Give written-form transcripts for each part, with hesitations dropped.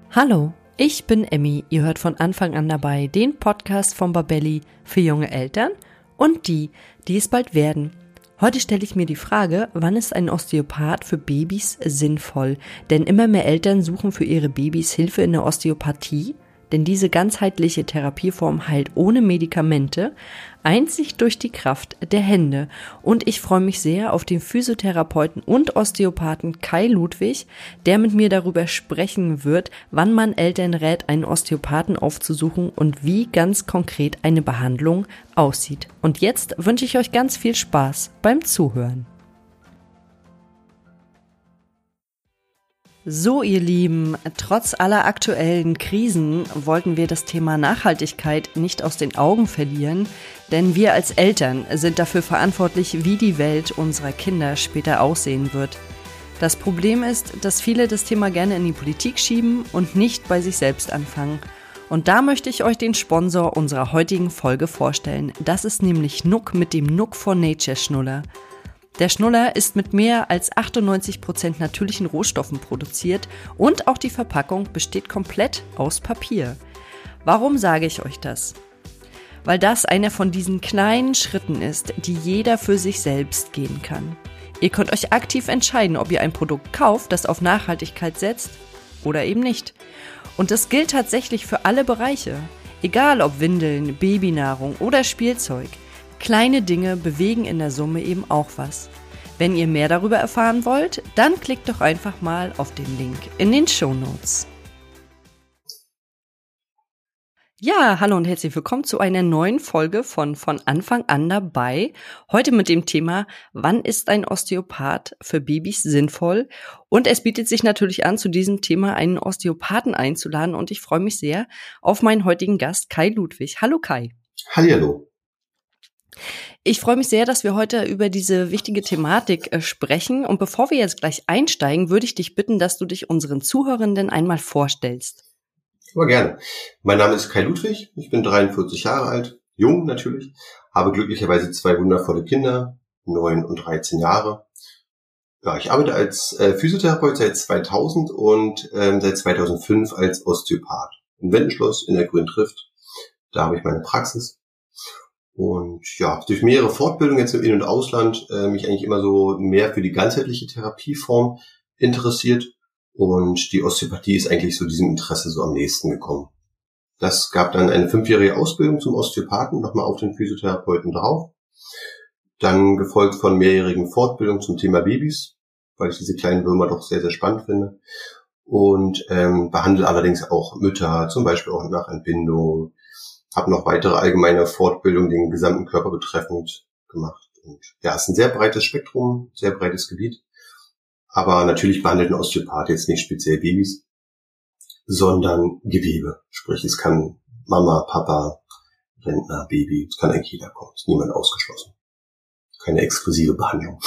Hallo, ich bin Emmy. Ihr hört von Anfang an dabei den Podcast von Babelli für junge Eltern und die es bald werden. Heute stelle ich mir die Frage, wann ist ein Osteopath für Babys sinnvoll? Denn immer mehr Eltern suchen für ihre Babys Hilfe in der Osteopathie, denn diese ganzheitliche Therapieform heilt ohne Medikamente, einzig durch die Kraft der Hände. Und ich freue mich sehr auf den Physiotherapeuten und Osteopathen Kai Ludwig, der mit mir darüber sprechen wird, wann man Eltern rät, einen Osteopathen aufzusuchen und wie ganz konkret eine Behandlung aussieht. Und jetzt wünsche ich euch ganz viel Spaß beim Zuhören. So, ihr Lieben, trotz aller aktuellen Krisen wollten wir das Thema Nachhaltigkeit nicht aus den Augen verlieren, denn wir als Eltern sind dafür verantwortlich, wie die Welt unserer Kinder später aussehen wird. Das Problem ist, dass viele das Thema gerne in die Politik schieben und nicht bei sich selbst anfangen. Und da möchte ich euch den Sponsor unserer heutigen Folge vorstellen. Das ist nämlich Nuuk mit dem Nuuk for Nature Schnuller. Der Schnuller ist mit mehr als 98% natürlichen Rohstoffen produziert und auch die Verpackung besteht komplett aus Papier. Warum sage ich euch das? Weil das einer von diesen kleinen Schritten ist, die jeder für sich selbst gehen kann. Ihr könnt euch aktiv entscheiden, ob ihr ein Produkt kauft, das auf Nachhaltigkeit setzt oder eben nicht. Und das gilt tatsächlich für alle Bereiche, egal ob Windeln, Babynahrung oder Spielzeug. Kleine Dinge bewegen in der Summe eben auch was. Wenn ihr mehr darüber erfahren wollt, dann klickt doch einfach mal auf den Link in den Shownotes. Ja, hallo und herzlich willkommen zu einer neuen Folge von Anfang an dabei. Heute mit dem Thema, wann ist ein Osteopath für Babys sinnvoll? Und es bietet sich natürlich an, zu diesem Thema einen Osteopathen einzuladen und ich freue mich sehr auf meinen heutigen Gast Kai Ludwig. Hallo Kai. Hallihallo. Ich freue mich sehr, dass wir heute über diese wichtige Thematik sprechen. Und bevor wir jetzt gleich einsteigen, würde ich dich bitten, dass du dich unseren Zuhörenden einmal vorstellst. Aber gerne. Mein Name ist Kai Ludwig. Ich bin 43 Jahre alt, jung natürlich, habe glücklicherweise 2 wundervolle Kinder, 9 und 13 Jahre. Ja, ich arbeite als Physiotherapeut seit 2000 und seit 2005 als Osteopath. In Wendenschloss in der Grünen Trift. Da habe ich meine Praxis. Und ja, durch mehrere Fortbildungen jetzt im In- und Ausland mich eigentlich immer so mehr für die ganzheitliche Therapieform interessiert. Und die Osteopathie ist eigentlich so diesem Interesse so am nächsten gekommen. Das gab dann eine 5-jährige Ausbildung zum Osteopathen, nochmal auf den Physiotherapeuten drauf. Dann gefolgt von mehrjährigen Fortbildungen zum Thema Babys, weil ich diese kleinen Würmer doch sehr, sehr spannend finde. Und behandle allerdings auch Mütter, zum Beispiel auch nach Entbindung. Habe noch weitere allgemeine Fortbildungen den gesamten Körper betreffend gemacht. Und ja, es ist ein sehr breites Spektrum, sehr breites Gebiet. Aber natürlich behandelt ein Osteopath jetzt nicht speziell Babys, sondern Gewebe. Sprich, es kann Mama, Papa, Rentner, Baby, es kann eigentlich jeder kommen. Es ist niemand ausgeschlossen. Keine exklusive Behandlung.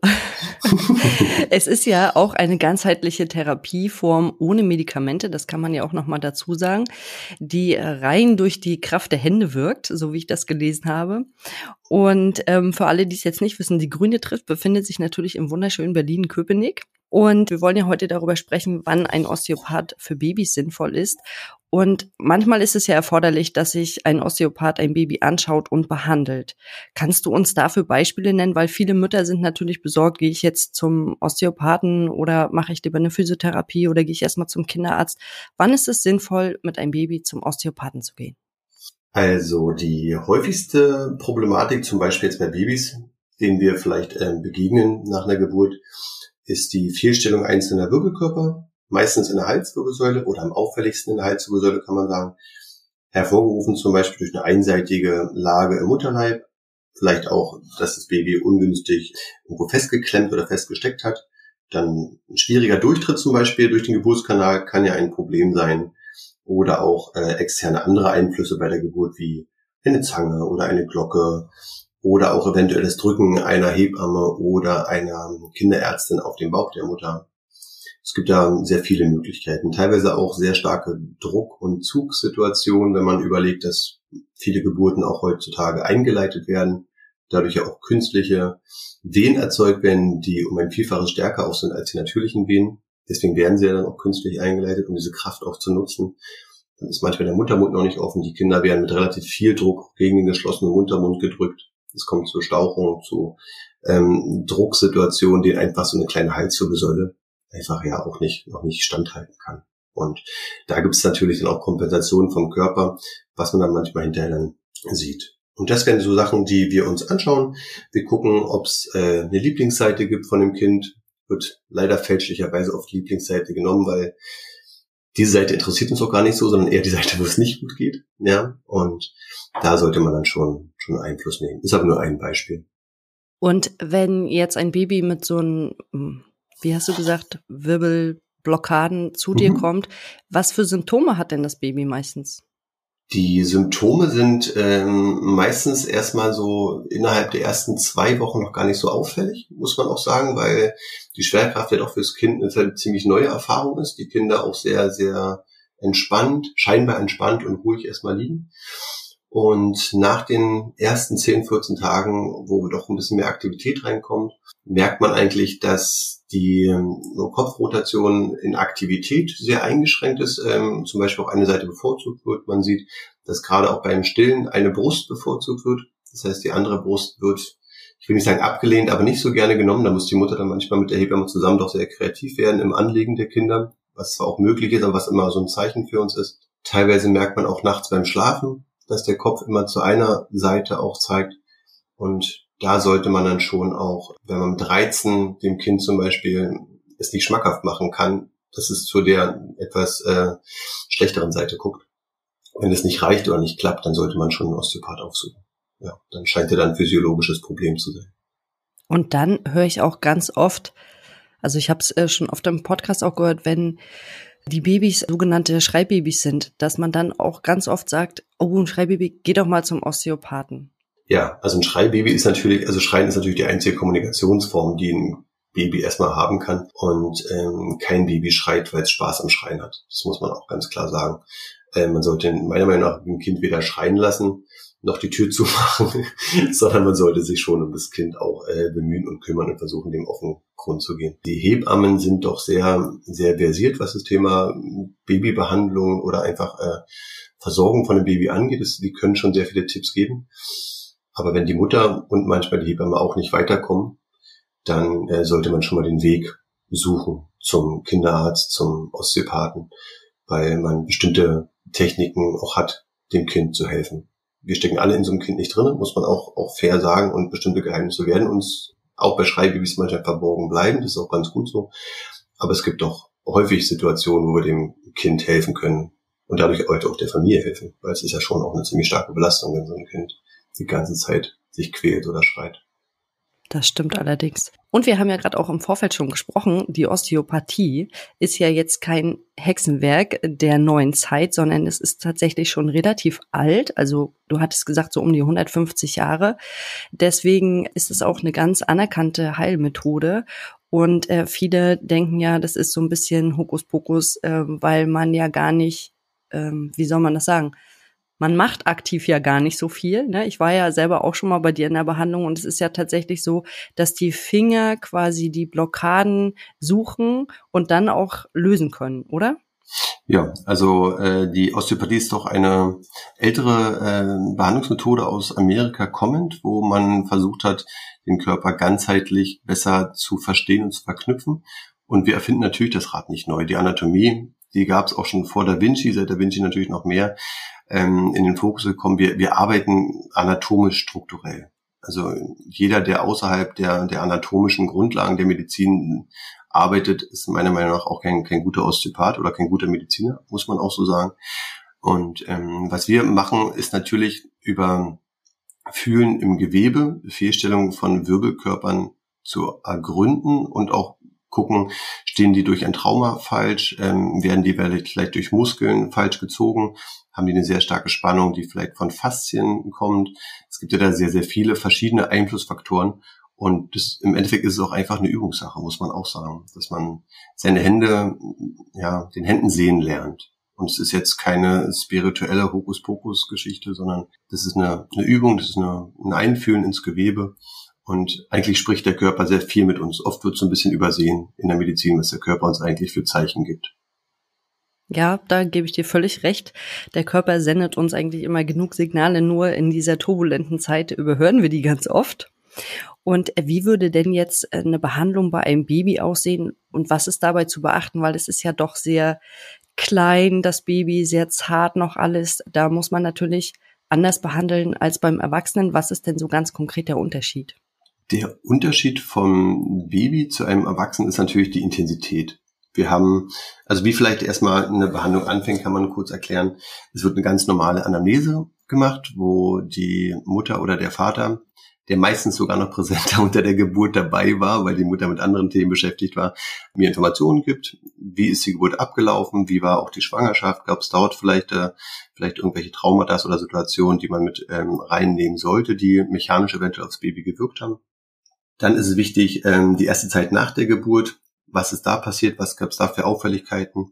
Es ist ja auch eine ganzheitliche Therapieform ohne Medikamente, das kann man ja auch nochmal dazu sagen, die rein durch die Kraft der Hände wirkt, so wie ich das gelesen habe. Und für alle, die es jetzt nicht wissen, die Grüne Trift befindet sich natürlich im wunderschönen Berlin-Köpenick. Und wir wollen ja heute darüber sprechen, wann ein Osteopath für Babys sinnvoll ist. Und manchmal ist es ja erforderlich, dass sich ein Osteopath ein Baby anschaut und behandelt. Kannst du uns dafür Beispiele nennen? Weil viele Mütter sind natürlich besorgt, gehe ich jetzt zum Osteopathen oder mache ich lieber eine Physiotherapie oder gehe ich erstmal zum Kinderarzt? Wann ist es sinnvoll, mit einem Baby zum Osteopathen zu gehen? Also die häufigste Problematik, zum Beispiel jetzt bei Babys, denen wir vielleicht begegnen nach einer Geburt, ist die Fehlstellung einzelner Wirbelkörper, meistens in der Halswirbelsäule oder am auffälligsten in der Halswirbelsäule, kann man sagen. Hervorgerufen zum Beispiel durch eine einseitige Lage im Mutterleib, vielleicht auch, dass das Baby ungünstig irgendwo festgeklemmt oder festgesteckt hat. Dann ein schwieriger Durchtritt zum Beispiel durch den Geburtskanal kann ja ein Problem sein. Oder auch externe andere Einflüsse bei der Geburt wie eine Zange oder eine Glocke oder auch eventuell das Drücken einer Hebamme oder einer Kinderärztin auf den Bauch der Mutter. Es gibt da sehr viele Möglichkeiten, teilweise auch sehr starke Druck- und Zugsituationen, wenn man überlegt, dass viele Geburten auch heutzutage eingeleitet werden, dadurch ja auch künstliche Wehen erzeugt werden, die um ein Vielfaches stärker auch sind als die natürlichen Wehen. Deswegen werden sie ja dann auch künstlich eingeleitet, um diese Kraft auch zu nutzen. Dann ist manchmal der Muttermund noch nicht offen. Die Kinder werden mit relativ viel Druck gegen den geschlossenen Muttermund gedrückt. Es kommt zur Stauchung, zu Drucksituationen, denen einfach so eine kleine Halswirbelsäule einfach ja auch noch nicht standhalten kann. Und da gibt es natürlich dann auch Kompensationen vom Körper, was man dann manchmal hinterher dann sieht. Und das wären so Sachen, die wir uns anschauen. Wir gucken, ob es eine Lieblingsseite gibt von dem Kind. Wird leider fälschlicherweise auf die Lieblingsseite genommen, weil diese Seite interessiert uns auch gar nicht so, sondern eher die Seite, wo es nicht gut geht. Ja, und da sollte man dann schon Einfluss nehmen. Ist aber nur ein Beispiel. Und wenn jetzt ein Baby mit so einem, wie hast du gesagt, Wirbelblockaden zu dir kommt, was für Symptome hat denn das Baby meistens? Die Symptome sind meistens erstmal so innerhalb der ersten 2 Wochen noch gar nicht so auffällig, muss man auch sagen, weil die Schwerkraft ja doch fürs Kind eine ziemlich neue Erfahrung ist. Die Kinder auch sehr, sehr scheinbar entspannt und ruhig erstmal liegen. Und nach den ersten 10, 14 Tagen, wo doch ein bisschen mehr Aktivität reinkommt, merkt man eigentlich, dass die Kopfrotation in Aktivität sehr eingeschränkt ist, zum Beispiel auch eine Seite bevorzugt wird. Man sieht, dass gerade auch beim Stillen eine Brust bevorzugt wird. Das heißt, die andere Brust wird, ich will nicht sagen abgelehnt, aber nicht so gerne genommen. Da muss die Mutter dann manchmal mit der Hebamme zusammen doch sehr kreativ werden im Anlegen der Kinder, was zwar auch möglich ist, aber was immer so ein Zeichen für uns ist. Teilweise merkt man auch nachts beim Schlafen, dass der Kopf immer zu einer Seite auch zeigt. Und da sollte man dann schon auch, wenn man mit Reizen dem Kind zum Beispiel es nicht schmackhaft machen kann, dass es zu der etwas schlechteren Seite guckt. Wenn es nicht reicht oder nicht klappt, dann sollte man schon einen Osteopath aufsuchen. Ja, dann scheint ja dann ein physiologisches Problem zu sein. Und dann höre ich auch ganz oft, also ich habe es schon oft im Podcast auch gehört, wenn die Babys sogenannte Schreibabys sind, dass man dann auch ganz oft sagt, oh, ein Schreibaby, geh doch mal zum Osteopathen. Ja, also ein Schreibaby ist natürlich, also Schreien ist natürlich die einzige Kommunikationsform, die ein Baby erstmal haben kann. Und kein Baby schreit, weil es Spaß am Schreien hat. Das muss man auch ganz klar sagen. Man sollte meiner Meinung nach ein Kind weder schreien lassen, noch die Tür zumachen, sondern man sollte sich schon um das Kind auch bemühen und kümmern und versuchen, dem auf den Grund zu gehen. Die Hebammen sind doch sehr, sehr versiert, was das Thema Babybehandlung oder einfach Versorgung von dem Baby angeht. Die können schon sehr viele Tipps geben. Aber wenn die Mutter und manchmal die Hebamme auch nicht weiterkommen, dann sollte man schon mal den Weg suchen zum Kinderarzt, zum Osteopathen, weil man bestimmte Techniken auch hat, dem Kind zu helfen. Wir stecken alle in so einem Kind nicht drin, muss man auch fair sagen, und bestimmte Geheimnisse werden uns auch bei Schreibabys manchmal verborgen bleiben, das ist auch ganz gut so. Aber es gibt doch häufig Situationen, wo wir dem Kind helfen können und dadurch auch der Familie helfen, weil es ist ja schon auch eine ziemlich starke Belastung, wenn so ein Kind die ganze Zeit sich quält oder schreit. Das stimmt allerdings. Und wir haben ja gerade auch im Vorfeld schon gesprochen, die Osteopathie ist ja jetzt kein Hexenwerk der neuen Zeit, sondern es ist tatsächlich schon relativ alt. Also du hattest gesagt, so um die 150 Jahre. Deswegen ist es auch eine ganz anerkannte Heilmethode. Und viele denken ja, das ist so ein bisschen Hokuspokus, weil man ja gar nicht, wie soll man das sagen, man macht aktiv ja gar nicht so viel, ne? Ich war ja selber auch schon mal bei dir in der Behandlung und es ist ja tatsächlich so, dass die Finger quasi die Blockaden suchen und dann auch lösen können, oder? Ja, also die Osteopathie ist doch eine ältere Behandlungsmethode aus Amerika kommend, wo man versucht hat, den Körper ganzheitlich besser zu verstehen und zu verknüpfen. Und wir erfinden natürlich das Rad nicht neu. Die Anatomie, die gab es auch schon vor Da Vinci, seit Da Vinci natürlich noch mehr in den Fokus gekommen. Wir arbeiten anatomisch strukturell. Also jeder, der außerhalb der anatomischen Grundlagen der Medizin arbeitet, ist meiner Meinung nach auch kein guter Osteopath oder kein guter Mediziner, muss man auch so sagen. Und was wir machen, ist natürlich über Fühlen im Gewebe, Fehlstellung von Wirbelkörpern zu ergründen und auch gucken, stehen die durch ein Trauma falsch, werden die vielleicht durch Muskeln falsch gezogen, haben die eine sehr starke Spannung, die vielleicht von Faszien kommt. Es gibt ja da sehr, sehr viele verschiedene Einflussfaktoren und im Endeffekt ist es auch einfach eine Übungssache, muss man auch sagen, dass man seine Hände, ja, den Händen sehen lernt. Und es ist jetzt keine spirituelle Hokuspokus-Geschichte, sondern das ist eine Übung, das ist ein Einfühlen ins Gewebe Und eigentlich spricht der Körper sehr viel mit uns. Oft wird so ein bisschen übersehen in der Medizin, was der Körper uns eigentlich für Zeichen gibt. Ja, da gebe ich dir völlig recht. Der Körper sendet uns eigentlich immer genug Signale, nur in dieser turbulenten Zeit überhören wir die ganz oft. Und wie würde denn jetzt eine Behandlung bei einem Baby aussehen und was ist dabei zu beachten? Weil es ist ja doch sehr klein, das Baby, sehr zart noch alles. Da muss man natürlich anders behandeln als beim Erwachsenen. Was ist denn so ganz konkret der Unterschied? Der Unterschied vom Baby zu einem Erwachsenen ist natürlich die Intensität. Wir haben, also wie vielleicht erstmal eine Behandlung anfängt, kann man kurz erklären. Es wird eine ganz normale Anamnese gemacht, wo die Mutter oder der Vater, der meistens sogar noch präsenter unter der Geburt dabei war, weil die Mutter mit anderen Themen beschäftigt war, mir Informationen gibt. Wie ist die Geburt abgelaufen? Wie war auch die Schwangerschaft? Gab es dort vielleicht irgendwelche Traumata oder Situationen, die man mit reinnehmen sollte, die mechanisch eventuell aufs Baby gewirkt haben? Dann ist es wichtig, die erste Zeit nach der Geburt. Was ist da passiert? Was gab es da für Auffälligkeiten?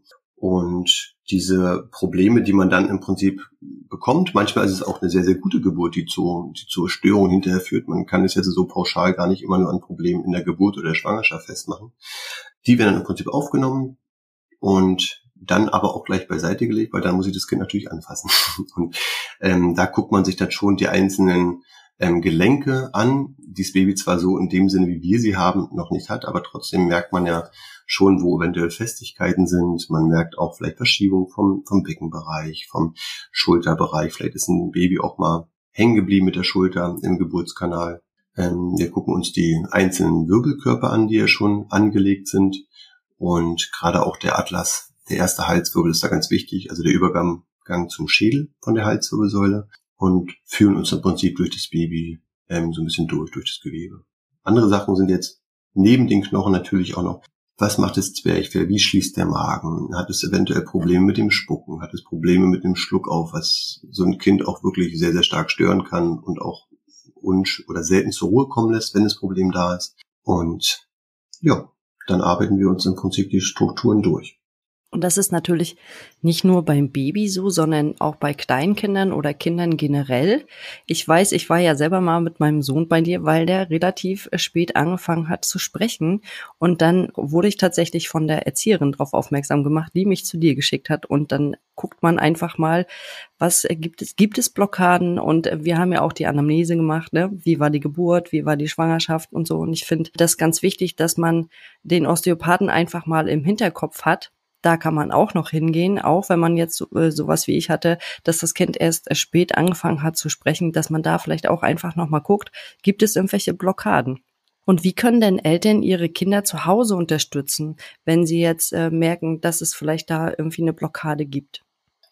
Und diese Probleme, die man dann im Prinzip bekommt, manchmal ist es auch eine sehr, sehr gute Geburt, die zur Störung hinterher führt. Man kann es jetzt so pauschal gar nicht immer nur an Problemen in der Geburt oder der Schwangerschaft festmachen. Die werden dann im Prinzip aufgenommen und dann aber auch gleich beiseite gelegt, weil dann muss ich das Kind natürlich anfassen. Und da guckt man sich dann schon die einzelnen Gelenke an, die das Baby zwar so in dem Sinne, wie wir sie haben, noch nicht hat, aber trotzdem merkt man ja schon, wo eventuell Festigkeiten sind. Man merkt auch vielleicht Verschiebung vom Beckenbereich, vom Schulterbereich. Vielleicht ist ein Baby auch mal hängen geblieben mit der Schulter im Geburtskanal. Wir gucken uns die einzelnen Wirbelkörper an, die ja schon angelegt sind. Und gerade auch der Atlas, der erste Halswirbel ist da ganz wichtig, also der Übergang zum Schädel von der Halswirbelsäule. Und führen uns im Prinzip durch das Baby so ein bisschen durch das Gewebe. Andere Sachen sind jetzt neben den Knochen natürlich auch noch, was macht das Zwerchfell, wie schließt der Magen, hat es eventuell Probleme mit dem Spucken, hat es Probleme mit dem Schluckauf, was so ein Kind auch wirklich sehr, sehr stark stören kann und auch oder selten zur Ruhe kommen lässt, wenn das Problem da ist. Und ja, dann arbeiten wir uns im Prinzip die Strukturen durch. Und das ist natürlich nicht nur beim Baby so, sondern auch bei Kleinkindern oder Kindern generell. Ich weiß, ich war ja selber mal mit meinem Sohn bei dir, weil der relativ spät angefangen hat zu sprechen. Und dann wurde ich tatsächlich von der Erzieherin darauf aufmerksam gemacht, die mich zu dir geschickt hat. Und dann guckt man einfach mal, was gibt es Blockaden? Und wir haben ja auch die Anamnese gemacht, ne? Wie war die Geburt, wie war die Schwangerschaft und so. Und ich finde das ganz wichtig, dass man den Osteopathen einfach mal im Hinterkopf hat. Da kann man auch noch hingehen, auch wenn man jetzt sowas wie ich hatte, dass das Kind erst spät angefangen hat zu sprechen, dass man da vielleicht auch einfach noch mal guckt, gibt es irgendwelche Blockaden? Und wie können denn Eltern ihre Kinder zu Hause unterstützen, wenn sie jetzt merken, dass es vielleicht da irgendwie eine Blockade gibt?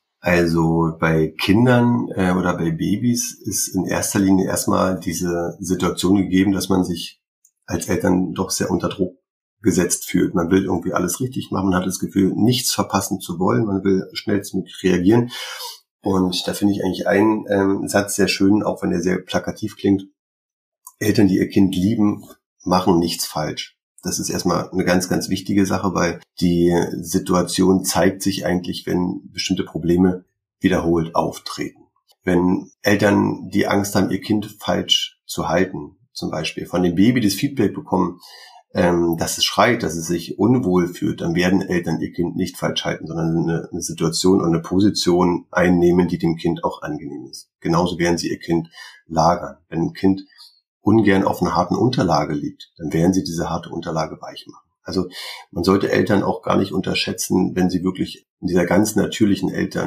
Also bei Kindern oder bei Babys ist in erster Linie erstmal diese Situation gegeben, dass man sich als Eltern doch sehr unter Druck gesetzt fühlt. Man will irgendwie alles richtig machen, man hat das Gefühl, nichts verpassen zu wollen, man will schnellstmöglich reagieren. Und da finde ich eigentlich einen Satz sehr schön, auch wenn er sehr plakativ klingt. Eltern, die ihr Kind lieben, machen nichts falsch. Das ist erstmal eine ganz, ganz wichtige Sache, weil die Situation zeigt sich eigentlich, wenn bestimmte Probleme wiederholt auftreten. Wenn Eltern die Angst haben, ihr Kind falsch zu halten, zum Beispiel von dem Baby das Feedback bekommen, dass es schreit, dass es sich unwohl fühlt, dann werden Eltern ihr Kind nicht falsch halten, sondern eine Situation und eine Position einnehmen, die dem Kind auch angenehm ist. Genauso werden sie ihr Kind lagern. Wenn ein Kind ungern auf einer harten Unterlage liegt, dann werden sie diese harte Unterlage weich machen. Also man sollte Eltern auch gar nicht unterschätzen, wenn sie wirklich in dieser ganz natürlichen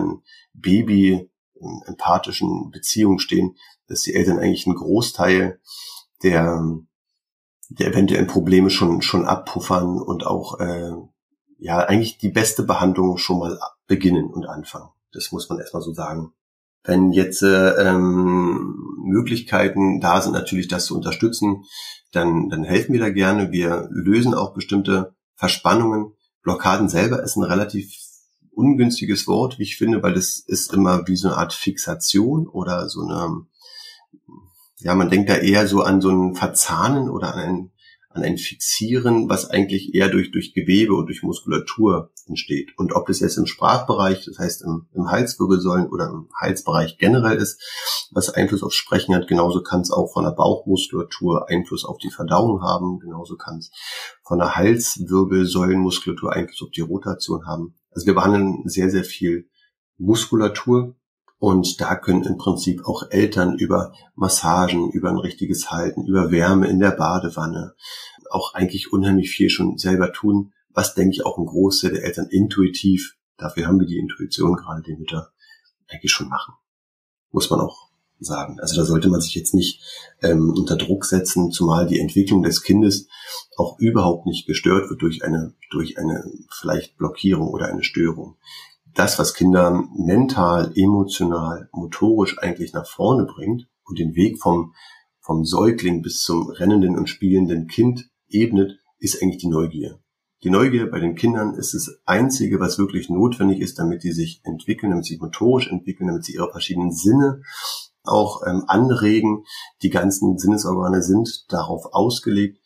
Eltern-Baby-empathischen Beziehung stehen, dass die Eltern eigentlich einen Großteil der eventuellen Probleme schon abpuffern und auch eigentlich die beste Behandlung schon mal beginnen und anfangen. Das muss man erstmal so sagen. Wenn jetzt Möglichkeiten da sind, natürlich das zu unterstützen, dann helfen wir da gerne. Wir lösen auch bestimmte Verspannungen. Blockaden selber ist ein relativ ungünstiges Wort, wie ich finde, weil das ist immer wie so eine Art Fixation oder so eine, man denkt da eher so an so ein Verzahnen oder an an ein Fixieren, was eigentlich eher durch Gewebe und durch Muskulatur entsteht. Und ob das jetzt im Sprachbereich, das heißt im Halswirbelsäulen oder im Halsbereich generell ist, was Einfluss aufs Sprechen hat, genauso kann es auch von der Bauchmuskulatur Einfluss auf die Verdauung haben, genauso kann es von der Halswirbelsäulenmuskulatur Einfluss auf die Rotation haben. Also wir behandeln sehr, sehr viel Muskulatur. Und da können im Prinzip auch Eltern über Massagen, über ein richtiges Halten, über Wärme in der Badewanne auch eigentlich unheimlich viel schon selber tun, was, denke ich, auch ein Großteil der Eltern intuitiv, dafür haben wir die Intuition gerade, die Mütter, eigentlich schon machen. Muss man auch sagen. Also da sollte man sich jetzt nicht unter Druck setzen, zumal die Entwicklung des Kindes auch überhaupt nicht gestört wird durch eine vielleicht Blockierung oder eine Störung. Das, was Kinder mental, emotional, motorisch eigentlich nach vorne bringt und den Weg vom Säugling bis zum rennenden und spielenden Kind ebnet, ist eigentlich die Neugier. Die Neugier bei den Kindern ist das Einzige, was wirklich notwendig ist, damit sie sich entwickeln, damit sie motorisch entwickeln, damit sie ihre verschiedenen Sinne auch anregen. Die ganzen Sinnesorgane sind darauf ausgelegt,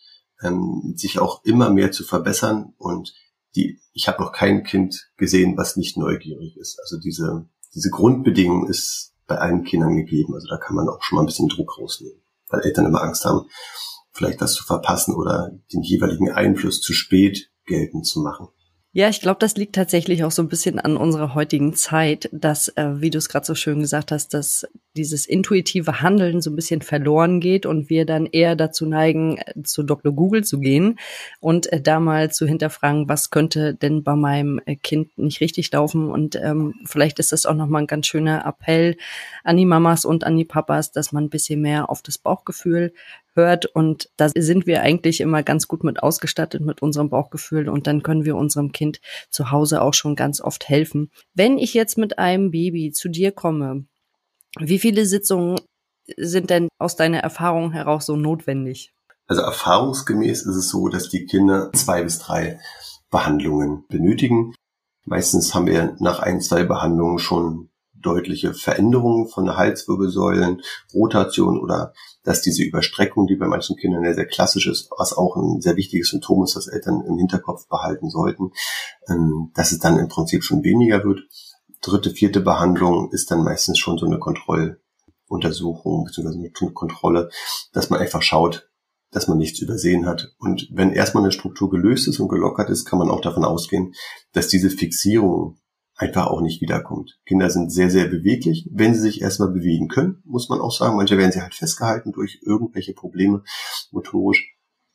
sich auch immer mehr zu verbessern, und ich habe noch kein Kind gesehen, was nicht neugierig ist. Also diese Grundbedingung ist bei allen Kindern gegeben. Also da kann man auch schon mal ein bisschen Druck rausnehmen, weil Eltern immer Angst haben, vielleicht was zu verpassen oder den jeweiligen Einfluss zu spät geltend zu machen. Ja, ich glaube, das liegt tatsächlich auch so ein bisschen an unserer heutigen Zeit, dass, wie du es gerade so schön gesagt hast, dass dieses intuitive Handeln so ein bisschen verloren geht und wir dann eher dazu neigen, zu Dr. Google zu gehen und da mal zu hinterfragen, was könnte denn bei meinem Kind nicht richtig laufen. Und vielleicht ist das auch nochmal ein ganz schöner Appell an die Mamas und an die Papas, dass man ein bisschen mehr auf das Bauchgefühl hört, und da sind wir eigentlich immer ganz gut mit ausgestattet mit unserem Bauchgefühl, und dann können wir unserem Kind zu Hause auch schon ganz oft helfen. Wenn ich jetzt mit einem Baby zu dir komme, wie viele Sitzungen sind denn aus deiner Erfahrung heraus so notwendig? Also erfahrungsgemäß ist es so, dass die Kinder 2 bis 3 Behandlungen benötigen. Meistens haben wir nach 1, 2 Behandlungen schon deutliche Veränderungen von der Halswirbelsäulen, Rotation, oder dass diese Überstreckung, die bei manchen Kindern ja sehr klassisch ist, was auch ein sehr wichtiges Symptom ist, das Eltern im Hinterkopf behalten sollten, dass es dann im Prinzip schon weniger wird. 3., 4. Behandlung ist dann meistens schon so eine Kontrolluntersuchung bzw. eine Kontrolle, dass man einfach schaut, dass man nichts übersehen hat. Und wenn erstmal eine Struktur gelöst ist und gelockert ist, kann man auch davon ausgehen, dass diese Fixierung einfach auch nicht wiederkommt. Kinder sind sehr, sehr beweglich, wenn sie sich erstmal bewegen können, muss man auch sagen. Manche werden sie halt festgehalten durch irgendwelche Probleme motorisch.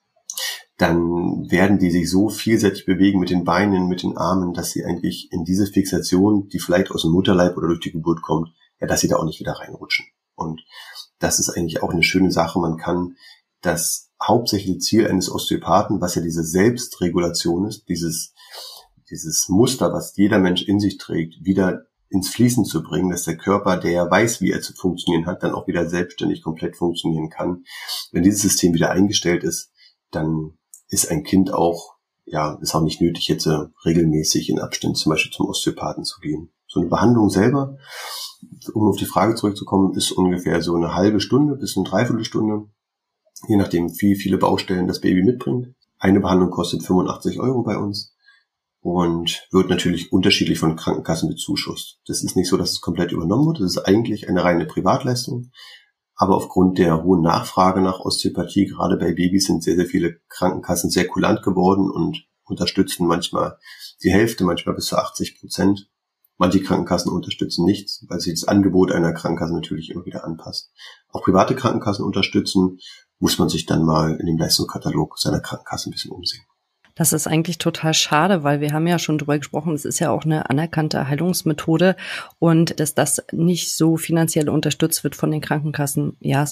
Dann werden die sich so vielseitig bewegen mit den Beinen, mit den Armen, dass sie eigentlich in diese Fixation, die vielleicht aus dem Mutterleib oder durch die Geburt kommt, ja, dass sie da auch nicht wieder reinrutschen. Und das ist eigentlich auch eine schöne Sache. Man kann das hauptsächliche Ziel eines Osteopathen, was ja diese Selbstregulation ist, dieses Muster, was jeder Mensch in sich trägt, wieder ins Fließen zu bringen, dass der Körper, der weiß, wie er zu funktionieren hat, dann auch wieder selbstständig komplett funktionieren kann. Wenn dieses System wieder eingestellt ist, dann ist ein Kind auch, ja, ist auch nicht nötig, jetzt regelmäßig in Abständen zum Beispiel zum Osteopathen zu gehen. So eine Behandlung selber, um auf die Frage zurückzukommen, ist ungefähr so eine halbe Stunde bis eine Dreiviertelstunde, je nachdem, wie viele Baustellen das Baby mitbringt. Eine Behandlung kostet 85 € bei uns und wird natürlich unterschiedlich von Krankenkassen bezuschusst. Das ist nicht so, dass es komplett übernommen wird. Das ist eigentlich eine reine Privatleistung. Aber aufgrund der hohen Nachfrage nach Osteopathie, gerade bei Babys, sind sehr, sehr viele Krankenkassen sehr kulant geworden und unterstützen manchmal die Hälfte, manchmal bis zu 80%. Manche Krankenkassen unterstützen nichts, weil sich das Angebot einer Krankenkasse natürlich immer wieder anpasst. Auch private Krankenkassen unterstützen, muss man sich dann mal in dem Leistungskatalog seiner Krankenkasse ein bisschen umsehen. Das ist eigentlich total schade, weil wir haben ja schon drüber gesprochen, es ist ja auch eine anerkannte Heilungsmethode, und dass das nicht so finanziell unterstützt wird von den Krankenkassen, ja,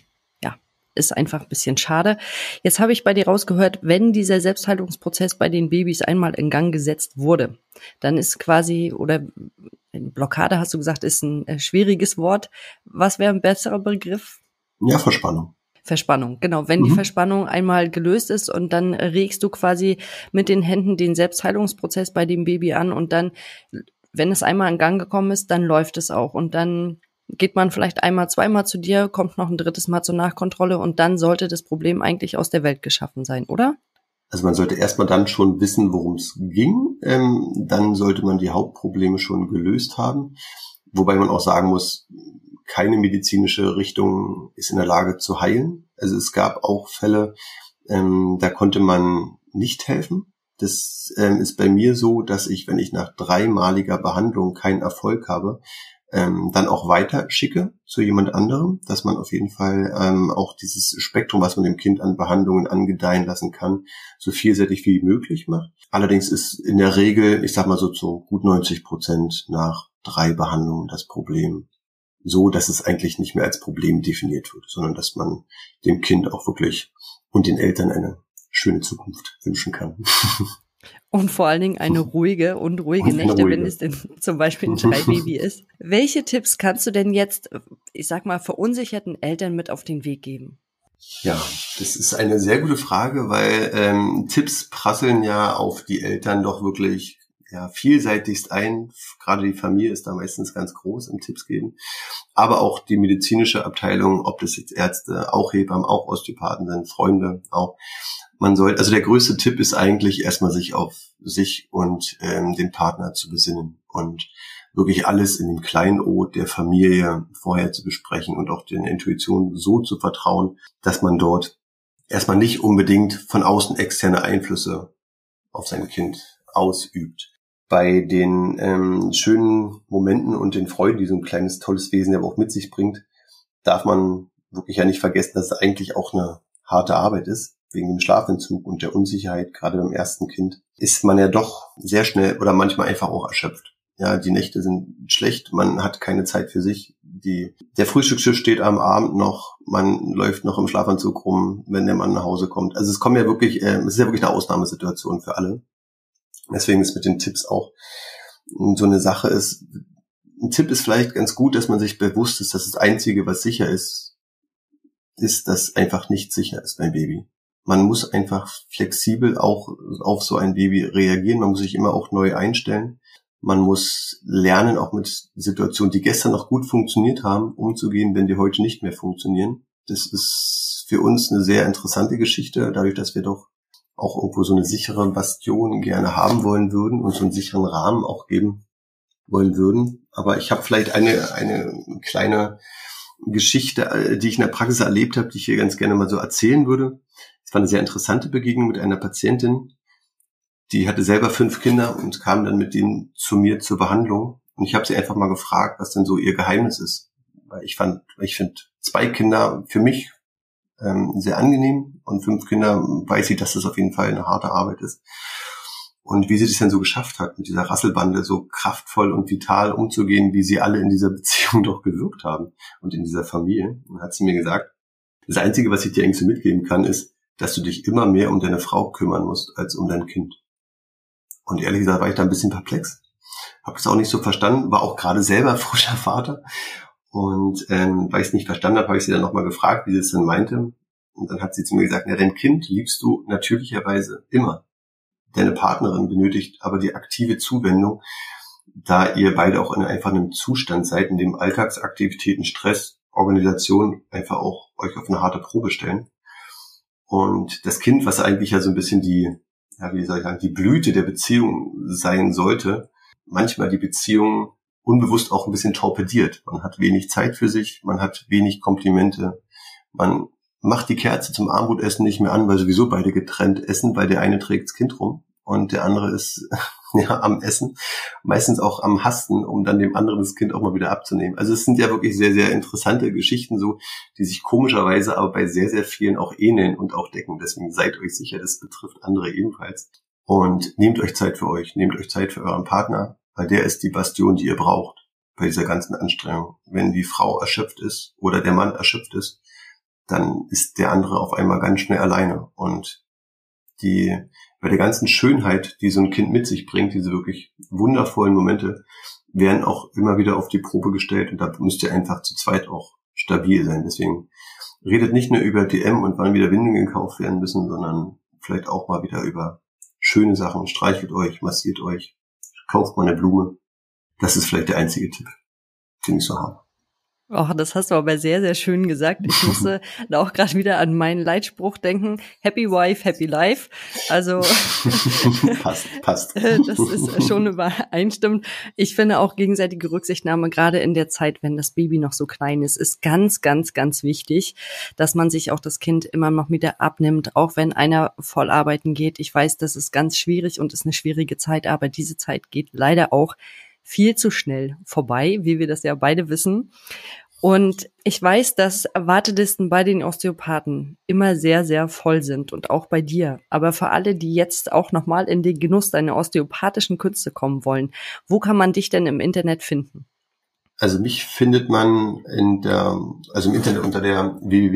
ist einfach ein bisschen schade. Jetzt habe ich bei dir rausgehört, wenn dieser Selbstheilungsprozess bei den Babys einmal in Gang gesetzt wurde, dann ist quasi, oder Blockade hast du gesagt, ist ein schwieriges Wort. Was wäre ein besserer Begriff? Ja, Verspannung. Verspannung, genau. Wenn die Verspannung einmal gelöst ist, und dann regst du quasi mit den Händen den Selbstheilungsprozess bei dem Baby an, und dann, wenn es einmal in Gang gekommen ist, dann läuft es auch, und dann geht man vielleicht einmal, zweimal zu dir, kommt noch ein drittes Mal zur Nachkontrolle und dann sollte das Problem eigentlich aus der Welt geschaffen sein, oder? Also man sollte erstmal dann schon wissen, worum es ging. Dann sollte man die Hauptprobleme schon gelöst haben. Wobei man auch sagen muss, keine medizinische Richtung ist in der Lage zu heilen. Also es gab auch Fälle, da konnte man nicht helfen. Das ist bei mir so, dass ich, wenn ich nach 3-maliger Behandlung keinen Erfolg habe, dann auch weiter schicke zu jemand anderem, dass man auf jeden Fall auch dieses Spektrum, was man dem Kind an Behandlungen angedeihen lassen kann, so vielseitig wie möglich macht. Allerdings ist in der Regel, ich sag mal so zu gut 90% nach 3 Behandlungen das Problem so, dass es eigentlich nicht mehr als Problem definiert wird, sondern dass man dem Kind auch wirklich und den Eltern eine schöne Zukunft wünschen kann. Und vor allen Dingen eine ruhige Nächte, wenn es denn zum Beispiel ein Schreibaby ist. Welche Tipps kannst du denn jetzt, ich sag mal, verunsicherten Eltern mit auf den Weg geben? Ja, das ist eine sehr gute Frage, weil Tipps prasseln ja auf die Eltern doch wirklich vielseitigst ein. Gerade die Familie ist da meistens ganz groß im Tipps geben. Aber auch die medizinische Abteilung, ob das jetzt Ärzte, auch Hebammen, auch Osteopathen sind, Freunde auch. Also der größte Tipp ist eigentlich erstmal sich auf sich und den Partner zu besinnen und wirklich alles in dem Kleinod der Familie vorher zu besprechen und auch den Intuitionen so zu vertrauen, dass man dort erstmal nicht unbedingt von außen externe Einflüsse auf sein Kind ausübt. Bei den schönen Momenten und den Freuden, die so ein kleines, tolles Wesen ja auch mit sich bringt, darf man wirklich ja nicht vergessen, dass es eigentlich auch eine harte Arbeit ist. Wegen dem Schlafentzug und der Unsicherheit, gerade beim ersten Kind, ist man ja doch sehr schnell oder manchmal einfach auch erschöpft. Ja, die Nächte sind schlecht, man hat keine Zeit für sich. Der Frühstückstisch steht am Abend noch, man läuft noch im Schlafanzug rum, wenn der Mann nach Hause kommt. Also es ist ja wirklich eine Ausnahmesituation für alle. Deswegen ist mit den Tipps auch so eine Sache ist. Ein Tipp ist vielleicht ganz gut, dass man sich bewusst ist, dass das Einzige, was sicher ist, dass einfach nicht sicher ist beim Baby. Man muss einfach flexibel auch auf so ein Baby reagieren. Man muss sich immer auch neu einstellen. Man muss lernen, auch mit Situationen, die gestern noch gut funktioniert haben, umzugehen, wenn die heute nicht mehr funktionieren. Das ist für uns eine sehr interessante Geschichte, dadurch, dass wir doch auch irgendwo so eine sichere Bastion gerne haben wollen würden und so einen sicheren Rahmen auch geben wollen würden. Aber ich habe vielleicht eine kleine Geschichte, die ich in der Praxis erlebt habe, die ich hier ganz gerne mal so erzählen würde. Es war eine sehr interessante Begegnung mit einer Patientin, die hatte selber 5 Kinder und kam dann mit denen zu mir zur Behandlung. Und ich habe sie einfach mal gefragt, was denn so ihr Geheimnis ist. Weil ich finde 2 Kinder für mich sehr angenehm und 5 Kinder weiß ich, dass das auf jeden Fall eine harte Arbeit ist. Und wie sie das denn so geschafft hat, mit dieser Rasselbande so kraftvoll und vital umzugehen, wie sie alle in dieser Beziehung doch gewirkt haben und in dieser Familie. Und hat sie mir gesagt, das Einzige, was ich dir eigentlich so mitgeben kann, ist, dass du dich immer mehr um deine Frau kümmern musst, als um dein Kind. Und ehrlich gesagt war ich da ein bisschen perplex. Habe das auch nicht so verstanden, war auch gerade selber frischer Vater. Und weil ich es nicht verstanden habe, habe ich sie dann nochmal gefragt, wie sie es denn meinte. Und dann hat sie zu mir gesagt, ja, dein Kind liebst du natürlicherweise immer. Deine Partnerin benötigt aber die aktive Zuwendung, da ihr beide auch in einfach einem Zustand seid, in dem Alltagsaktivitäten, Stress, Organisation einfach auch euch auf eine harte Probe stellen. Und das Kind, was eigentlich ja so ein bisschen die Blüte der Beziehung sein sollte, manchmal die Beziehung unbewusst auch ein bisschen torpediert. Man hat wenig Zeit für sich, man hat wenig Komplimente, man macht die Kerze zum Abendbrotessen nicht mehr an, weil sowieso beide getrennt essen, weil der eine trägt das Kind rum und der andere ist am Essen, meistens auch am Hasten, um dann dem anderen das Kind auch mal wieder abzunehmen. Also es sind ja wirklich sehr, sehr interessante Geschichten so, die sich komischerweise aber bei sehr, sehr vielen auch ähneln und auch decken. Deswegen seid euch sicher, das betrifft andere ebenfalls. Und nehmt euch Zeit für euch, nehmt euch Zeit für euren Partner, weil der ist die Bastion, die ihr braucht bei dieser ganzen Anstrengung. Wenn die Frau erschöpft ist oder der Mann erschöpft ist, dann ist der andere auf einmal ganz schnell alleine. Und bei der ganzen Schönheit, die so ein Kind mit sich bringt, diese wirklich wundervollen Momente, werden auch immer wieder auf die Probe gestellt. Und da müsst ihr einfach zu zweit auch stabil sein. Deswegen redet nicht nur über DM und wann wieder Windungen gekauft werden müssen, sondern vielleicht auch mal wieder über schöne Sachen. Streichelt euch, massiert euch, kauft mal eine Blume. Das ist vielleicht der einzige Tipp, den ich so habe. Oh, das hast du aber sehr, sehr schön gesagt. Ich musste da auch gerade wieder an meinen Leitspruch denken. Happy Wife, Happy Life. Also passt. Das ist schon übereinstimmend. Ich finde auch gegenseitige Rücksichtnahme, gerade in der Zeit, wenn das Baby noch so klein ist ganz, ganz, ganz wichtig, dass man sich auch das Kind immer noch wieder abnimmt, auch wenn einer voll arbeiten geht. Ich weiß, das ist ganz schwierig und ist eine schwierige Zeit, aber diese Zeit geht leider auch viel zu schnell vorbei, wie wir das ja beide wissen. Und ich weiß, dass Wartelisten bei den Osteopathen immer sehr, sehr voll sind und auch bei dir. Aber für alle, die jetzt auch nochmal in den Genuss deiner osteopathischen Künste kommen wollen, wo kann man dich denn im Internet finden? Also mich findet man im Internet unter der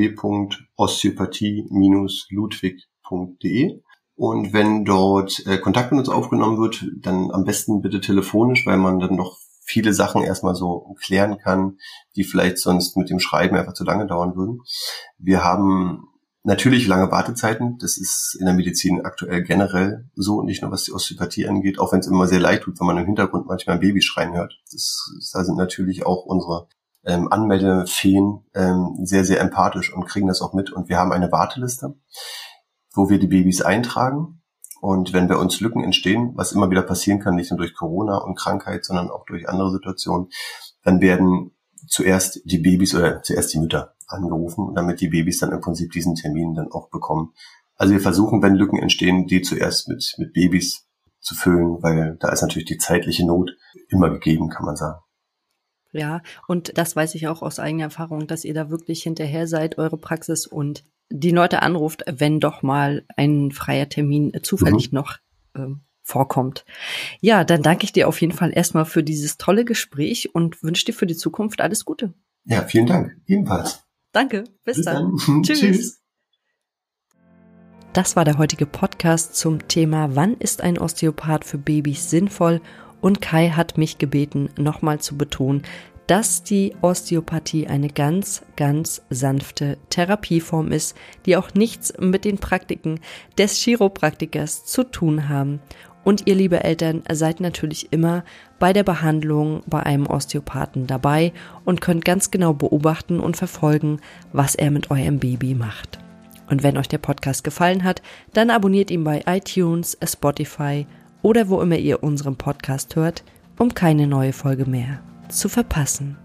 www.osteopathie-ludwig.de. Und wenn dort Kontakt mit uns aufgenommen wird, dann am besten bitte telefonisch, weil man dann noch viele Sachen erstmal so klären kann, die vielleicht sonst mit dem Schreiben einfach zu lange dauern würden. Wir haben natürlich lange Wartezeiten. Das ist in der Medizin aktuell generell so, nicht nur was die Osteopathie angeht, auch wenn es immer sehr leid tut, wenn man im Hintergrund manchmal ein Baby schreien hört. Da sind natürlich auch unsere Anmeldefeen sehr, sehr empathisch und kriegen das auch mit. Und wir haben eine Warteliste, wo wir die Babys eintragen. Und wenn bei uns Lücken entstehen, was immer wieder passieren kann, nicht nur durch Corona und Krankheit, sondern auch durch andere Situationen, dann werden zuerst die Babys oder zuerst die Mütter angerufen, damit die Babys dann im Prinzip diesen Termin dann auch bekommen. Also wir versuchen, wenn Lücken entstehen, die zuerst mit Babys zu füllen, weil da ist natürlich die zeitliche Not immer gegeben, kann man sagen. Ja, und das weiß ich auch aus eigener Erfahrung, dass ihr da wirklich hinterher seid, eure Praxis und die Leute anruft, wenn doch mal ein freier Termin zufällig noch vorkommt. Ja, dann danke ich dir auf jeden Fall erstmal für dieses tolle Gespräch und wünsche dir für die Zukunft alles Gute. Ja, vielen Dank. Ebenfalls. Danke. Bis dann. Tschüss. Das war der heutige Podcast zum Thema: Wann ist ein Osteopath für Babys sinnvoll? Und Kai hat mich gebeten, nochmal zu betonen, dass die Osteopathie eine ganz, ganz sanfte Therapieform ist, die auch nichts mit den Praktiken des Chiropraktikers zu tun haben. Und ihr, liebe Eltern, seid natürlich immer bei der Behandlung bei einem Osteopathen dabei und könnt ganz genau beobachten und verfolgen, was er mit eurem Baby macht. Und wenn euch der Podcast gefallen hat, dann abonniert ihn bei iTunes, Spotify oder wo immer ihr unseren Podcast hört, um keine neue Folge mehr zu verpassen.